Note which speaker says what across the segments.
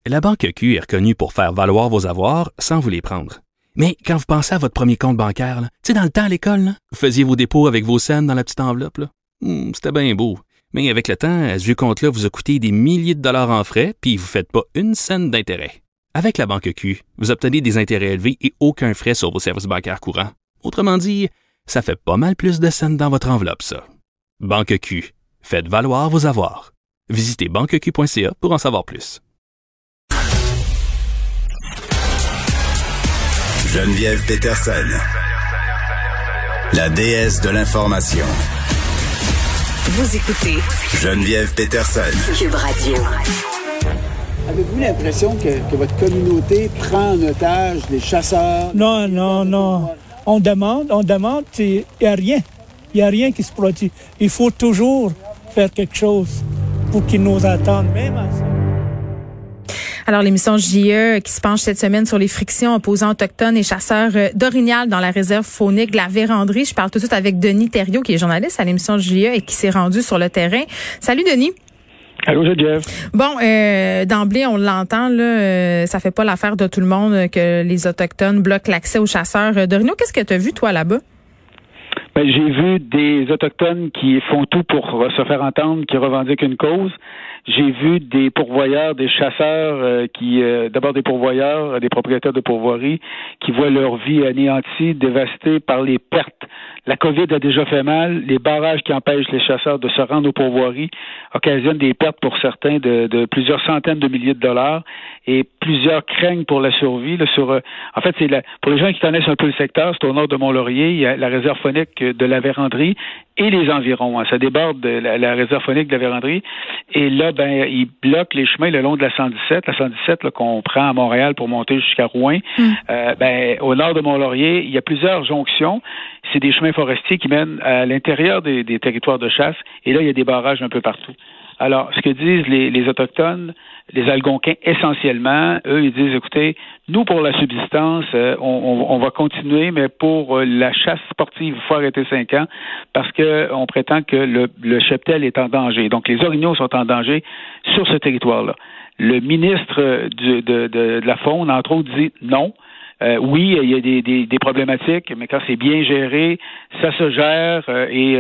Speaker 1: La Banque Q est reconnue pour faire valoir vos avoirs sans vous les prendre. Mais quand vous pensez à votre premier compte bancaire, tu sais, dans le temps à l'école, là, vous faisiez vos dépôts avec vos scènes dans la petite enveloppe. Là. C'était bien beau. Mais avec le temps, ce vieux compte-là vous a coûté des milliers de dollars en frais, puis vous ne faites pas une scène d'intérêt. Avec la Banque Q, vous obtenez des intérêts élevés et aucun frais sur vos services bancaires courants. Autrement dit, ça fait pas mal plus de scènes dans votre enveloppe, ça. Banque Q. Faites valoir vos avoirs. Visitez banqueq.ca pour en savoir plus.
Speaker 2: Geneviève Peterson, la déesse de l'information.
Speaker 3: Vous écoutez
Speaker 2: Geneviève Peterson.
Speaker 3: Cube Radio.
Speaker 4: Avez-vous l'impression que votre communauté prend en otage les chasseurs?
Speaker 5: Non. On demande, il n'y a rien. Il n'y a rien qui se produit. Il faut toujours faire quelque chose pour qu'ils nous attendent, même à ça.
Speaker 6: Alors, l'émission JE qui se penche cette semaine sur les frictions opposant autochtones et chasseurs d'orignal dans la réserve faunique de la Vérandrie. Je parle tout de suite avec Denis Thériault, qui est journaliste à l'émission JE et qui s'est rendu sur le terrain. Salut, Denis.
Speaker 7: Allô, Geneviève.
Speaker 6: Bon, d'emblée, on l'entend, là, ça fait pas l'affaire de tout le monde que les Autochtones bloquent l'accès aux chasseurs d'orignaux. Qu'est-ce que tu as vu, toi, là-bas?
Speaker 7: Ben, j'ai vu des Autochtones qui font tout pour se faire entendre, qui revendiquent une cause. J'ai vu des pourvoyeurs, des chasseurs d'abord des pourvoyeurs, des propriétaires de pourvoiries, qui voient leur vie anéantie, dévastée par les pertes. La COVID a déjà fait mal. Les barrages qui empêchent les chasseurs de se rendre aux pourvoiries occasionnent des pertes pour certains de plusieurs centaines de milliers de dollars, et plusieurs craignent pour la survie. Là, en fait, pour les gens qui connaissent un peu le secteur, c'est au nord de Mont-Laurier, il y a la réserve faunique de la Vérandrie et les environs. Ça déborde de la réserve faunique de la Vérandrie. Et là, ils bloquent les chemins le long de la 117. La 117 là, qu'on prend à Montréal pour monter jusqu'à Rouyn. Au nord de Mont-Laurier, il y a plusieurs jonctions. C'est des chemins forestiers qui mènent à l'intérieur des territoires de chasse. Et là, il y a des barrages un peu partout. Alors, ce que disent les Autochtones, les Algonquins essentiellement, eux, ils disent, écoutez, nous, pour la subsistance, on va continuer, mais pour la chasse sportive, il faut arrêter 5 ans parce qu'on prétend que le cheptel est en danger. Donc, les orignaux sont en danger sur ce territoire-là. Le ministre de la Faune, entre autres, dit non. Oui, il y a des problématiques, mais quand c'est bien géré, ça se gère et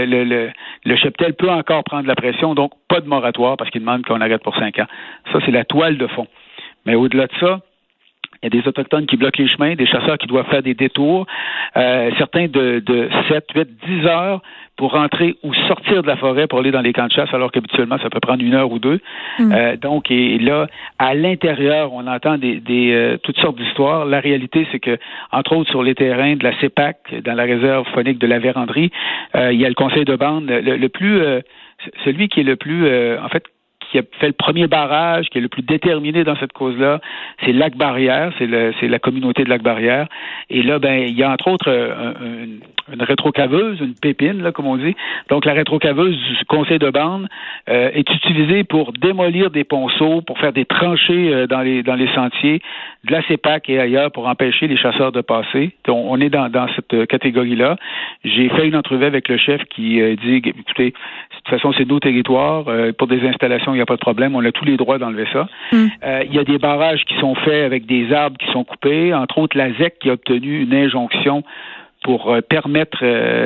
Speaker 7: le cheptel peut encore prendre la pression, donc pas de moratoire parce qu'il demande qu'on arrête pour 5 ans. Ça, c'est la toile de fond. Mais au-delà de ça, il y a des Autochtones qui bloquent les chemins, des chasseurs qui doivent faire des détours, certains de 7, 8, 10 heures pour rentrer ou sortir de la forêt pour aller dans les camps de chasse, alors qu'habituellement, ça peut prendre 1 heure ou 2. Donc, et là, à l'intérieur, on entend toutes sortes d'histoires. La réalité, c'est que, entre autres, sur les terrains de la CEPAC, dans la réserve faunique de la Vérandrie, il y a le conseil de bande, celui qui est le plus, qui a fait le premier barrage, qui est le plus déterminé dans cette cause-là, c'est Lac-Barrière, c'est la communauté de Lac-Barrière. Et là, il y a entre autres une rétrocaveuse, une pépine, là, comme on dit. Donc, la rétrocaveuse du conseil de bande est utilisée pour démolir des ponceaux, pour faire des tranchées dans les sentiers de la CEPAC et ailleurs pour empêcher les chasseurs de passer. Donc, on est dans cette catégorie-là. J'ai fait une entrevue avec le chef qui dit, écoutez, de toute façon, c'est nos territoires. Pour des installations, il n'y a pas de problème. On a tous les droits d'enlever ça. Il y a des barrages qui sont faits avec des arbres qui sont coupés. Entre autres, la ZEC qui a obtenu une injonction pour permettre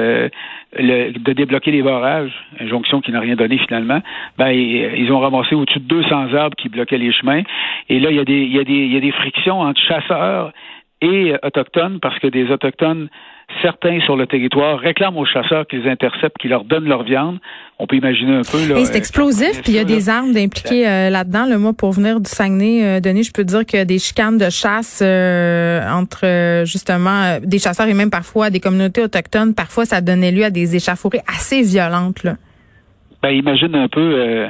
Speaker 7: de débloquer les barrages, injonction qui n'a rien donné finalement. Ils ont ramassé au-dessus de 200 arbres qui bloquaient les chemins. Et là, il y a des frictions entre chasseurs et autochtones parce que des autochtones, certains sur le territoire, réclament aux chasseurs qu'ils interceptent, qu'ils leur donnent leur viande. On peut imaginer un peu. Là,
Speaker 6: c'est explosif, puis il y a des armes impliquées là-dedans. Là, moi, pour venir du Saguenay, Denis, je peux te dire qu'il y a des chicanes de chasse entre justement des chasseurs et même parfois des communautés autochtones. Parfois, ça donnait lieu à des échauffourées assez violentes, là.
Speaker 7: Imagine un peu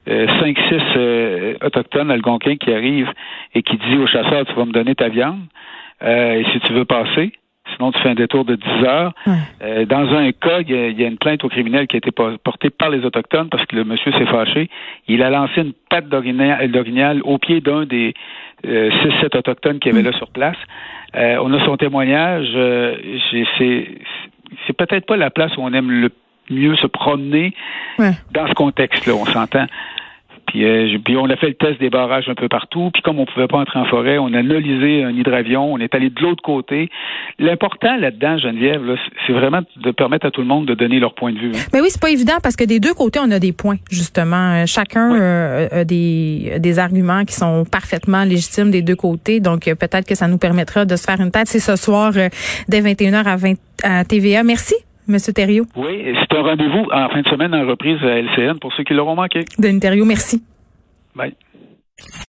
Speaker 7: 5-6 autochtones algonquins qui arrivent et qui disent aux chasseurs, tu vas me donner ta viande, et si tu veux passer, sinon tu fais un détour de 10 heures. Dans un cas, il y a une plainte au criminel qui a été portée par les Autochtones parce que le monsieur s'est fâché. Il a lancé une patte d'orignal au pied d'un des 6-7 Autochtones qui avaient là sur place. On a son témoignage. C'est peut-être pas la place où on aime le mieux se promener dans ce contexte-là, on s'entend. Puis on a fait le test des barrages un peu partout. Puis comme on pouvait pas entrer en forêt, on a analysé un hydravion. On est allé de l'autre côté. L'important là-dedans, Geneviève, là, c'est vraiment de permettre à tout le monde de donner leur point de vue. Hein.
Speaker 6: Mais oui, c'est pas évident parce que des deux côtés, on a des points, justement. Chacun a des arguments qui sont parfaitement légitimes des deux côtés. Donc, peut-être que ça nous permettra de se faire une tête. C'est ce soir, dès 21h à TVA. Merci, M. Thériault.
Speaker 7: Oui, c'est un rendez-vous en fin de semaine en reprise à LCN pour ceux qui l'auront manqué.
Speaker 6: Denis Thériault, merci.
Speaker 7: Bye.